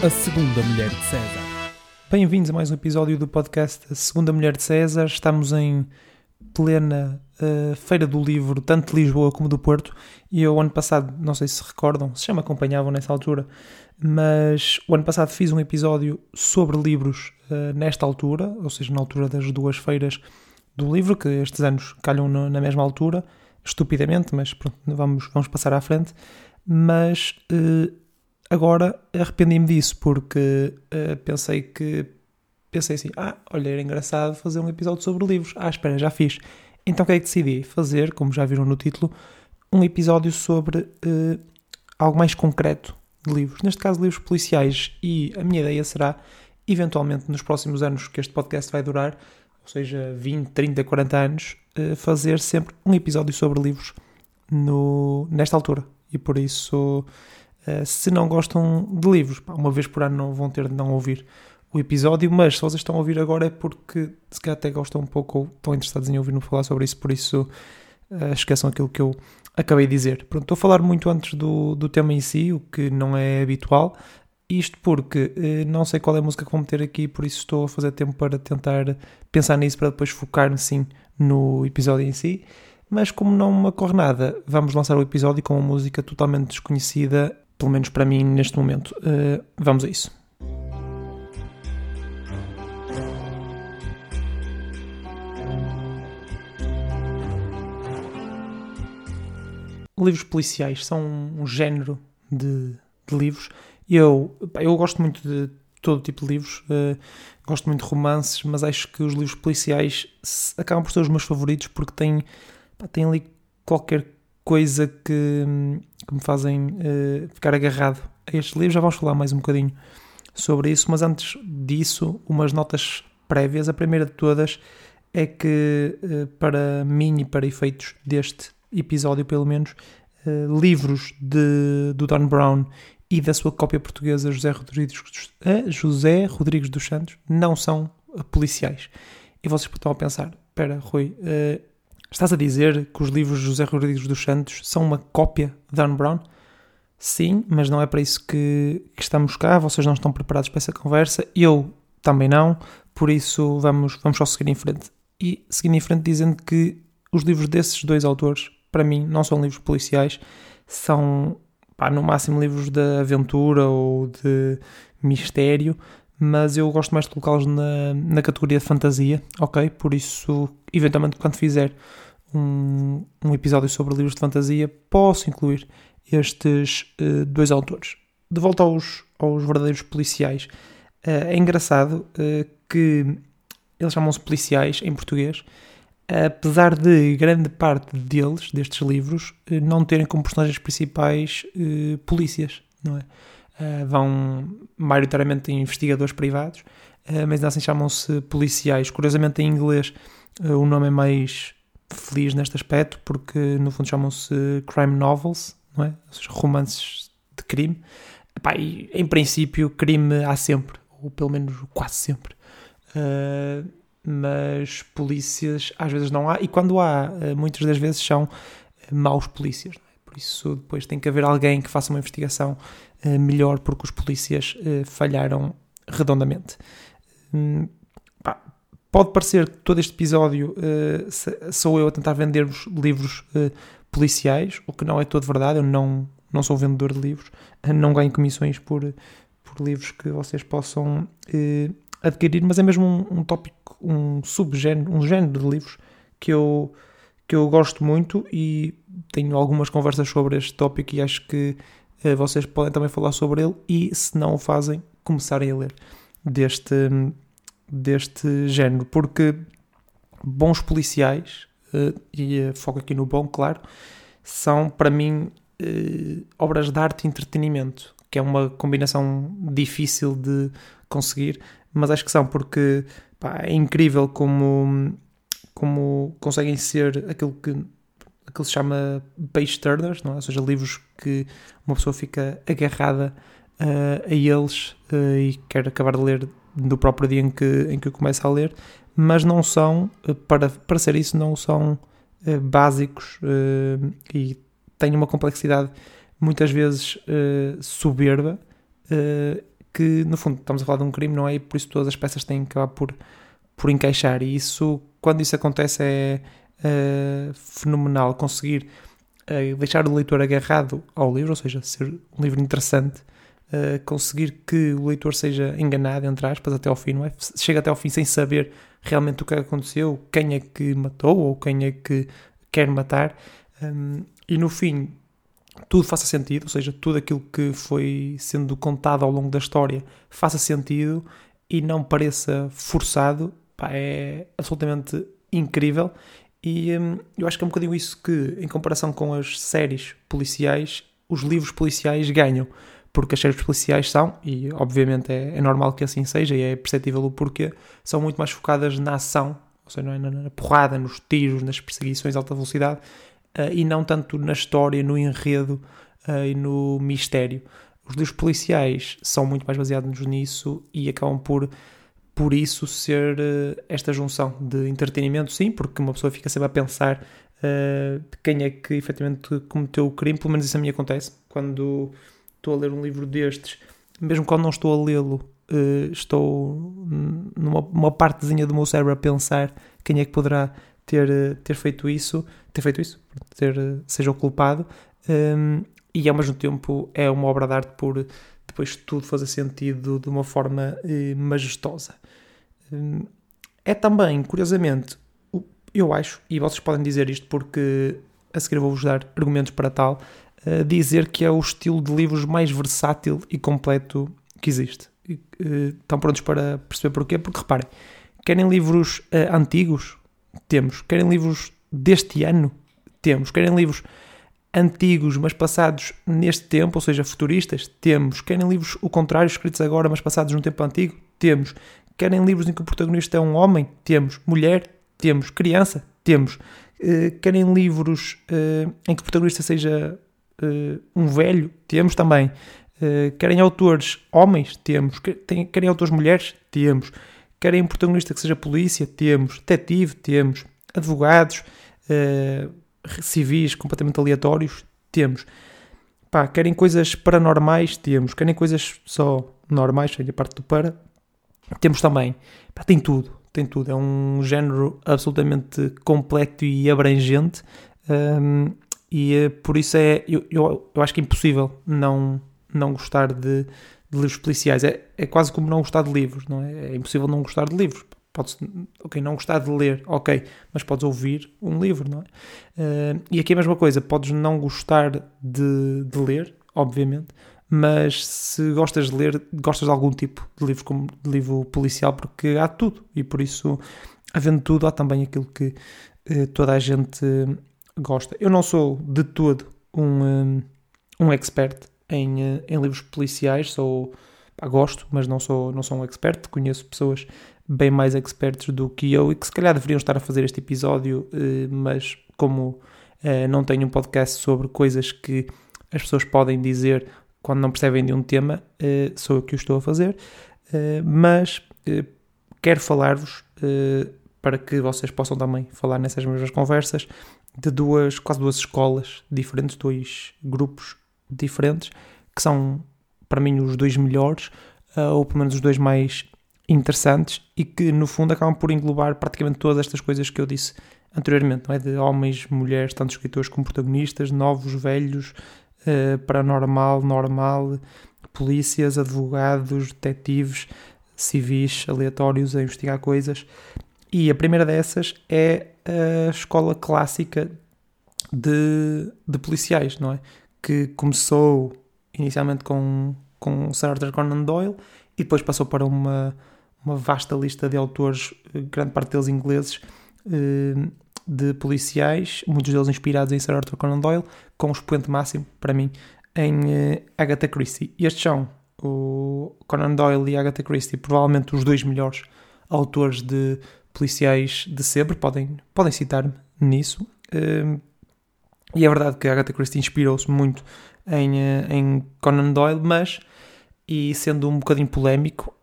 A Segunda Mulher de César. Bem-vindos a mais um episódio do podcast A Segunda Mulher de César. Estamos em plena Feira do Livro, tanto de Lisboa como do Porto. E eu, ano passado, não sei se recordam, se já me acompanhavam nessa altura, mas o ano passado fiz um episódio sobre livros nesta altura, ou seja, na altura das duas feiras do livro, que estes anos calham na mesma altura, estupidamente, mas pronto, vamos passar à frente. Mas agora arrependi-me disso, porque pensei assim, olha, era engraçado fazer um episódio sobre livros. Espera, já fiz. Então o que é que decidi? Fazer, como já viram no título, um episódio sobre algo mais concreto de livros. Neste caso, livros policiais. E a minha ideia será, eventualmente, nos próximos anos que este podcast vai durar, ou seja, 20, 30, 40 anos, fazer sempre um episódio sobre livros nesta altura. E por isso, se não gostam de livros, uma vez por ano não vão ter de não ouvir o episódio, mas se vocês estão a ouvir agora é porque se calhar até gostam um pouco ou estão interessados em ouvir-me falar sobre isso, por isso esqueçam aquilo que eu acabei de dizer. Pronto, estou a falar muito antes do tema em si, o que não é habitual, isto porque não sei qual é a música que vou meter aqui, por isso estou a fazer tempo para tentar pensar nisso, para depois focar-me sim no episódio em si. Mas como não me ocorre nada, vamos lançar o episódio com uma música totalmente desconhecida, pelo menos para mim neste momento. Vamos a isso. Livros policiais são um género de livros. Eu gosto muito de todo tipo de livros, gosto muito de romances, mas acho que os livros policiais acabam por ser os meus favoritos porque têm ali qualquer coisa que me fazem ficar agarrado a estes livros. Já vamos falar mais um bocadinho sobre isso, mas antes disso, umas notas prévias. A primeira de todas é que, para mim e para efeitos deste episódio, pelo menos, livros do Dan Brown e da sua cópia portuguesa José Rodrigues dos Santos não são policiais. E vocês estão a pensar, espera, Rui, estás a dizer que os livros de José Rodrigues dos Santos são uma cópia de Dan Brown? Sim, mas não é para isso que estamos cá. Vocês não estão preparados para essa conversa. Eu também não. Por isso vamos só seguir em frente. E seguindo em frente dizendo que os livros desses dois autores, para mim, não são livros policiais. São, no máximo, livros de aventura ou de mistério. Mas eu gosto mais de colocá-los na categoria de fantasia, ok? Por isso, eventualmente, quando fizer um episódio sobre livros de fantasia, posso incluir estes dois autores. De volta aos verdadeiros policiais, é engraçado que eles chamam-se policiais em português, apesar de grande parte destes livros, não terem como personagens principais polícias, não é? Vão maioritariamente investigadores privados, mas assim chamam-se policiais. Curiosamente, em inglês, o nome é mais feliz neste aspecto, porque no fundo chamam-se crime novels, não é? Ou seja, romances de crime. E, em princípio, crime há sempre, ou pelo menos quase sempre. Mas polícias às vezes não há, e quando há, muitas das vezes são maus polícias. Por isso depois tem que haver alguém que faça uma investigação melhor, porque os polícias falharam redondamente. Pode parecer que todo este episódio sou eu a tentar vender-vos livros policiais, o que não é todo verdade. Eu não sou vendedor de livros, não ganho comissões por livros que vocês possam adquirir, mas é mesmo um tópico, um subgénero, um género de livros que eu gosto muito e tenho algumas conversas sobre este tópico e acho que vocês podem também falar sobre ele e, se não o fazem, começarem a ler deste género, porque bons policiais, e foco aqui no bom, claro, são para mim obras de arte e entretenimento, que é uma combinação difícil de conseguir, mas acho que são, porque é incrível como conseguem ser aquilo que se chama page turners, não é? Ou seja, livros que uma pessoa fica agarrada a eles e quer acabar de ler no próprio dia em que começa a ler, mas não são, para ser isso, não são básicos e têm uma complexidade muitas vezes soberba, que, no fundo, estamos a falar de um crime, não é? E por isso todas as peças têm que acabar por encaixar. E isso, quando isso acontece, é fenomenal. Conseguir deixar o leitor agarrado ao livro, ou seja, ser um livro interessante, conseguir que o leitor seja enganado, entre aspas, até ao fim, não é? Chega até ao fim sem saber realmente o que aconteceu, quem é que matou ou quem é que quer matar, e no fim tudo faça sentido, ou seja, tudo aquilo que foi sendo contado ao longo da história faça sentido e não pareça forçado. Pá, é absolutamente incrível. E eu acho que é um bocadinho isso que, em comparação com as séries policiais, os livros policiais ganham. Porque as séries policiais são, e obviamente é normal que assim seja, e é perceptível o porquê, são muito mais focadas na ação, ou seja, não é na porrada, nos tiros, nas perseguições a alta velocidade, e não tanto na história, no enredo e no mistério. Os livros policiais são muito mais baseados nisso e acabam por isso ser esta junção de entretenimento, sim, porque uma pessoa fica sempre a pensar quem é que efetivamente cometeu o crime. Pelo menos isso a mim acontece quando estou a ler um livro destes, mesmo quando não estou a lê-lo, estou numa partezinha do meu cérebro a pensar quem é que poderá ter feito isso, seja o culpado, e ao mesmo tempo é uma obra de arte por depois tudo fazer sentido de uma forma majestosa. É também, curiosamente, eu acho, e vocês podem dizer isto porque a seguir vou-vos dar argumentos para tal, dizer que é o estilo de livros mais versátil e completo que existe. Estão prontos para perceber porquê? Porque reparem, querem livros antigos? Temos. Querem livros deste ano? Temos. Querem livros antigos, mas passados neste tempo, ou seja, futuristas? Temos. Querem livros o contrário, escritos agora, mas passados num tempo antigo? Temos. Querem livros em que o protagonista é um homem? Temos. Mulher? Temos. Criança? Temos. Querem livros em que o protagonista seja um velho? Temos também. Querem autores homens? Temos. Querem autores mulheres? Temos. Querem um protagonista que seja polícia? Temos. Detetive? Temos. Advogados? Civis completamente aleatórios? Temos. Pá, querem coisas paranormais? Temos. Querem coisas só normais, seja a parte do para? Temos também. Pá, tem tudo. Tem tudo. É um género absolutamente completo e abrangente. E por isso eu acho que é impossível não gostar de livros policiais. É quase como não gostar de livros, não é? É impossível não gostar de livros. Podes, não gostar de ler, ok, mas podes ouvir um livro, não é? E aqui é a mesma coisa, podes não gostar de ler, obviamente, mas se gostas de ler, gostas de algum tipo de livro, como de livro policial, porque há tudo, e por isso, havendo tudo, há também aquilo que toda a gente gosta. Eu não sou de todo um expert em livros policiais, gosto, mas não sou um expert. Conheço pessoas bem mais experts do que eu e que se calhar deveriam estar a fazer este episódio, mas como não tenho um podcast sobre coisas que as pessoas podem dizer quando não percebem de um tema, sou eu que o estou a fazer, mas quero falar-vos para que vocês possam também falar nessas mesmas conversas de quase duas escolas diferentes, dois grupos diferentes, que são para mim os dois melhores, ou pelo menos os dois mais interessantes, e que no fundo acabam por englobar praticamente todas estas coisas que eu disse anteriormente, não é? De homens, mulheres, tanto escritores como protagonistas, novos, velhos, paranormal, normal, polícias, advogados, detetives, civis, aleatórios a investigar coisas. E a primeira dessas é a escola clássica de policiais, não é? Que começou inicialmente com Sir Arthur Conan Doyle e depois passou para uma vasta lista de autores, grande parte deles ingleses, de policiais, muitos deles inspirados em Sir Arthur Conan Doyle, com o expoente máximo, para mim, em Agatha Christie. Estes são o Conan Doyle e Agatha Christie, provavelmente os dois melhores autores de policiais de sempre, podem citar-me nisso. E é verdade que a Agatha Christie inspirou-se muito em Conan Doyle, mas, e sendo um bocadinho polémico,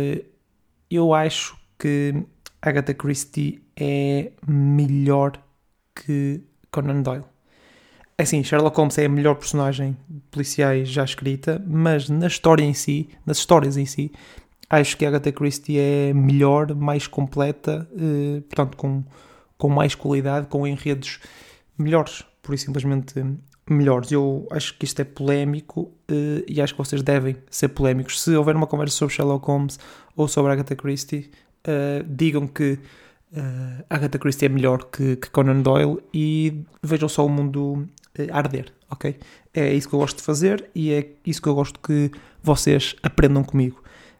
eu acho que Agatha Christie é melhor que Conan Doyle. assim, Sherlock Holmes é a melhor personagem de policiais já escrita, mas na história em si, nas histórias em si, acho que a Agatha Christie é melhor, mais completa, portanto, com mais qualidade, com enredos melhores, por isso simplesmente melhores. Eu acho que isto é polémico e acho que vocês devem ser polémicos. Se houver uma conversa sobre Sherlock Holmes ou sobre Agatha Christie, digam que Agatha Christie é melhor que Conan Doyle e vejam só o mundo arder, ok? É isso que eu gosto de fazer e é isso que eu gosto que vocês aprendam comigo.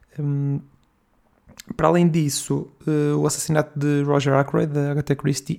Para além disso, o assassinato de Roger Ackroyd, da Agatha Christie,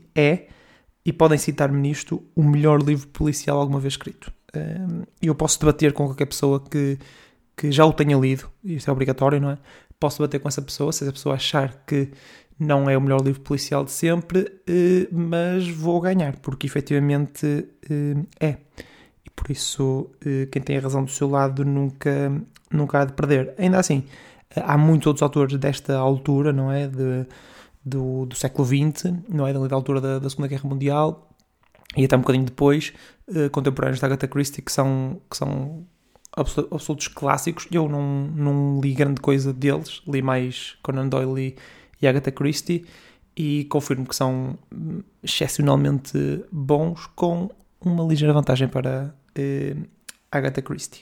e podem citar-me nisto, o melhor livro policial alguma vez escrito. Eu posso debater com qualquer pessoa que já o tenha lido, isto é obrigatório, não é? Posso debater com essa pessoa, se essa pessoa achar que não é o melhor livro policial de sempre, mas vou ganhar, porque efetivamente é. E por isso, quem tem a razão do seu lado nunca há de perder. Ainda assim, há muitos outros autores desta altura, não é? Do século XX, não é? Da altura da Segunda Guerra Mundial e até um bocadinho depois, contemporâneos da Agatha Christie, que são absolutos clássicos. Eu não li grande coisa deles, li mais Conan Doyle e Agatha Christie, e confirmo que são excepcionalmente bons, com uma ligeira vantagem para Agatha Christie.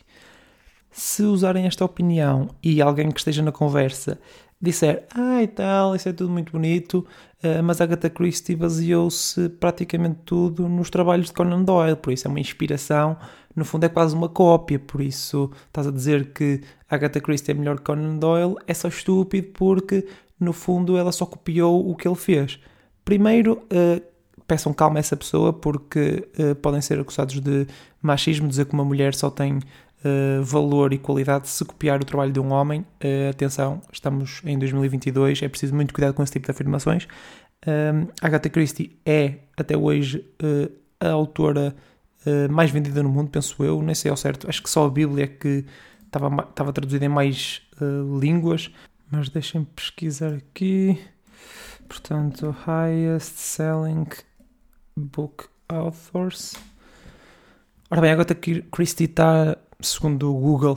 Se usarem esta opinião e alguém que esteja na conversa disser, e tal, isso é tudo muito bonito, mas Agatha Christie baseou-se praticamente tudo nos trabalhos de Conan Doyle, por isso é uma inspiração, no fundo é quase uma cópia, por isso estás a dizer que Agatha Christie é melhor que Conan Doyle, é só estúpido, porque no fundo ela só copiou o que ele fez. Primeiro, peçam calma a essa pessoa, porque podem ser acusados de machismo, dizer que uma mulher só tem valor e qualidade se copiar o trabalho de um homem. Atenção, estamos em 2022, é preciso muito cuidado com esse tipo de afirmações. Agatha Christie é, até hoje, a autora mais vendida no mundo, penso eu, nem sei ao certo, acho que só a Bíblia que estava traduzida em mais línguas, mas deixem-me pesquisar aqui. Portanto, highest selling book authors. Ora bem, a Agatha Christie está, segundo o Google,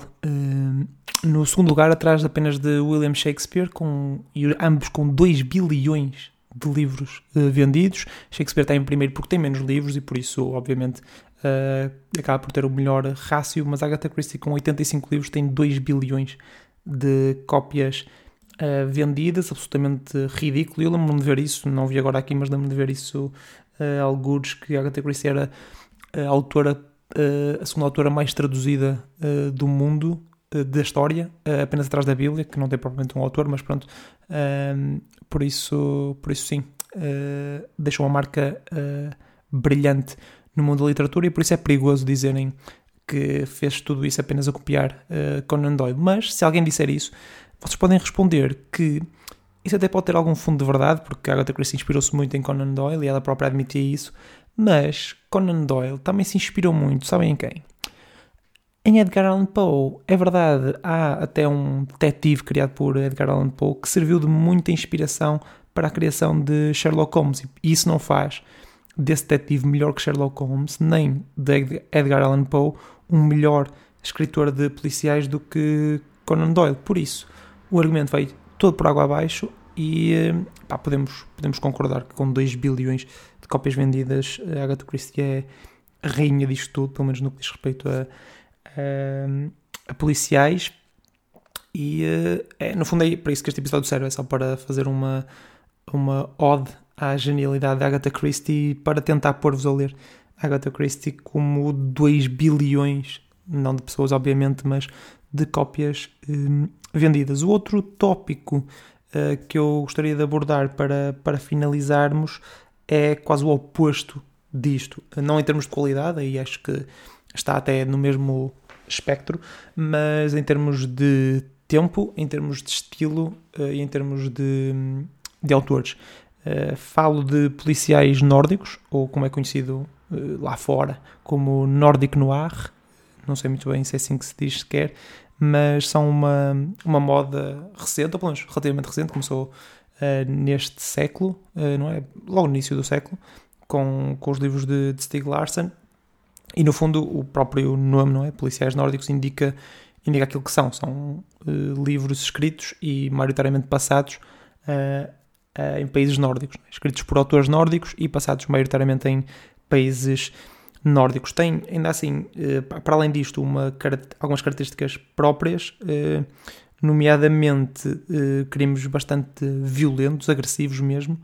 no segundo lugar, atrás apenas de William Shakespeare, ambos com 2 bilhões de livros vendidos. Shakespeare está em primeiro porque tem menos livros e por isso, obviamente, acaba por ter o melhor rácio, mas a Agatha Christie, com 85 livros, tem 2 bilhões de cópias vendidas, absolutamente ridículo. Eu lembro-me de ver isso, não vi agora aqui, mas lembro-me de ver isso algures, que a Agatha Christie era a segunda autora mais traduzida do mundo, da história, apenas atrás da Bíblia, que não tem propriamente um autor, mas pronto, por isso sim, deixou uma marca brilhante no mundo da literatura, e por isso é perigoso dizerem que fez tudo isso apenas a copiar Conan Doyle. Mas se alguém disser isso, vocês podem responder que isso até pode ter algum fundo de verdade, porque a Agatha Christie inspirou-se muito em Conan Doyle e ela própria admitia isso, mas Conan Doyle também se inspirou muito, sabem em quem? Em Edgar Allan Poe. É verdade, há até um detetive criado por Edgar Allan Poe que serviu de muita inspiração para a criação de Sherlock Holmes, e isso não faz desse detetive melhor que Sherlock Holmes, nem de Edgar Allan Poe um melhor escritor de policiais do que Conan Doyle. Por isso, o argumento vai todo por água abaixo e podemos concordar que com 2 bilhões de cópias vendidas, a Agatha Christie é a rainha disto tudo, pelo menos no que diz respeito a policiais. E no fundo é para isso que este episódio serve, é só para fazer uma ode à genialidade da Agatha Christie, para tentar pôr-vos a ler Agatha Christie como 2 bilhões, não de pessoas obviamente, mas de cópias vendidas. O outro tópico que eu gostaria de abordar para finalizarmos é quase o oposto disto, não em termos de qualidade, aí acho que está até no mesmo espectro, mas em termos de tempo, em termos de estilo e em termos de autores. Falo de policiais nórdicos, ou como é conhecido lá fora como Nordic Noir, não sei muito bem se é assim que se diz sequer, mas são uma moda recente, ou pelo menos relativamente recente, começou neste século, não é? Logo no início do século, com os livros de Stieg Larsson, E no fundo o próprio nome, não é? Policiais nórdicos indica aquilo que são. São livros escritos e maioritariamente passados em países nórdicos, escritos por autores nórdicos e passados maioritariamente em países nórdicos. Tem, ainda assim, para além disto, algumas características próprias, nomeadamente crimes bastante violentos, agressivos mesmo,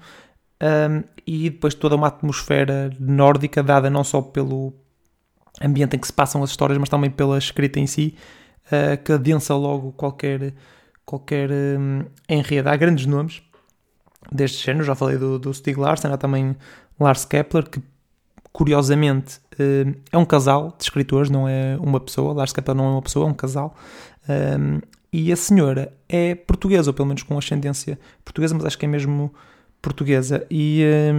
e depois toda uma atmosfera nórdica dada não só pelo ambiente em que se passam as histórias, mas também pela escrita em si, que adensa logo qualquer enredo. Há grandes nomes deste género, já falei do Stieg Larsson, há também Lars Kepler, que curiosamente é um casal de escritores, não é uma pessoa. Lars Kepler não é uma pessoa, é um casal. E a senhora é portuguesa, ou pelo menos com ascendência portuguesa, mas acho que é mesmo portuguesa. E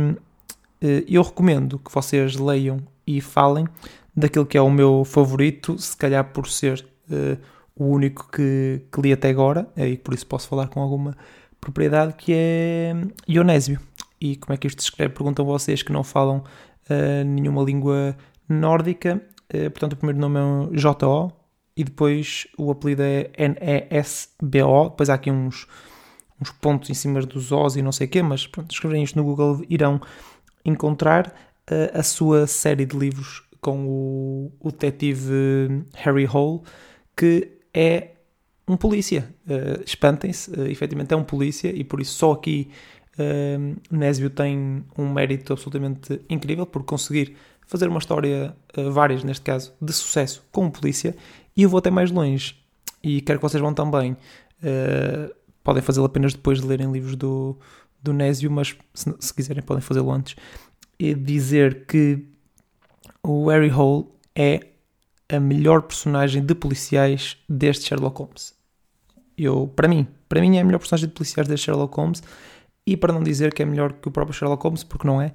eu recomendo que vocês leiam e falem daquilo que é o meu favorito, se calhar por ser o único que li até agora, e por isso posso falar com alguma propriedade, que é Ionésio. E como é que isto se escreve? Perguntam vocês que não falam nenhuma língua nórdica. Portanto, o primeiro nome é J-O e depois o apelido é Nesbo. Depois há aqui uns pontos em cima dos Os e não sei o quê, mas pronto, escreverem isto no Google irão encontrar a sua série de livros com o detetive Harry Hole, que é um polícia. Espantem-se, efetivamente é um polícia, e por isso só aqui Nésbio tem um mérito absolutamente incrível por conseguir fazer uma história, várias neste caso, de sucesso com um polícia. E eu vou até mais longe, e quero que vocês vão também. Podem fazê-lo apenas depois de lerem livros do Nésbio, mas se quiserem podem fazê-lo antes, e dizer que o Harry Hole é a melhor personagem de policiais deste Sherlock Holmes. Para mim é a melhor personagem de policiais deste Sherlock Holmes, e para não dizer que é melhor que o próprio Sherlock Holmes, porque não é,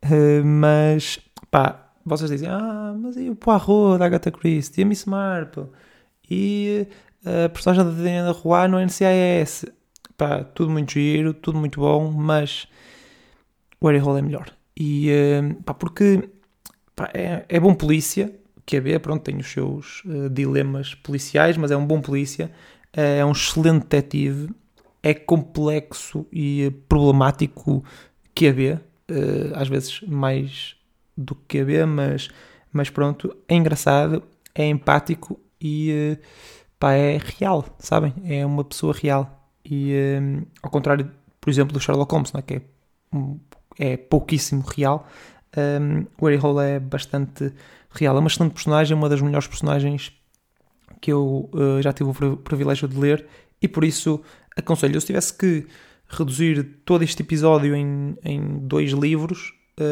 mas pá, vocês dizem, mas e o Poirot da Agatha Christie, e a Miss Marple, e a personagem da Diana Roy no NCIS, pá, tudo muito giro, tudo muito bom, mas o Harry Hole é melhor. E porque pá, é bom polícia, QB, pronto, tem os seus dilemas policiais, mas é um bom polícia, é um excelente detetive, é complexo e problemático QB, às vezes mais do que QB, mas pronto, é engraçado, é empático e pá, é real, sabem? É uma pessoa real. E ao contrário, por exemplo, do Sherlock Holmes, não é? Que é pouquíssimo real, o Harry Hole é bastante real. É uma excelente personagem, uma das melhores personagens que eu já tive o privilégio de ler, e por isso aconselho. Se tivesse que reduzir todo este episódio em 2 livros,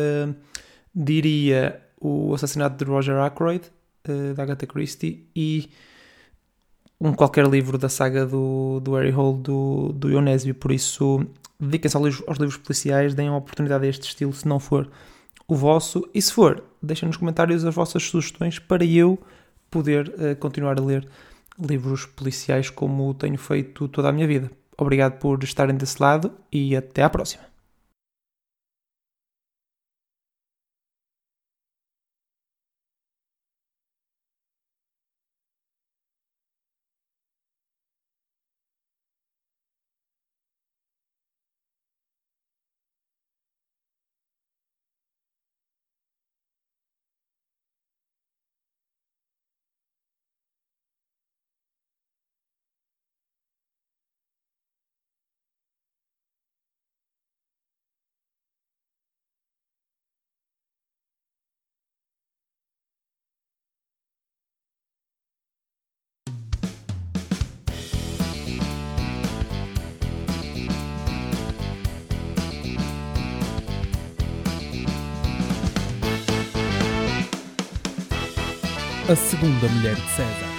diria O Assassinato de Roger Ackroyd, da Agatha Christie, e qualquer livro da saga do Harry Hole, do Ionésio. Por isso, dediquem-se aos livros policiais, deem uma oportunidade a este estilo, se não for o vosso, e se for, deixem nos comentários as vossas sugestões para eu poder continuar a ler livros policiais como tenho feito toda a minha vida. Obrigado por estarem desse lado e até à próxima. A segunda mulher de César.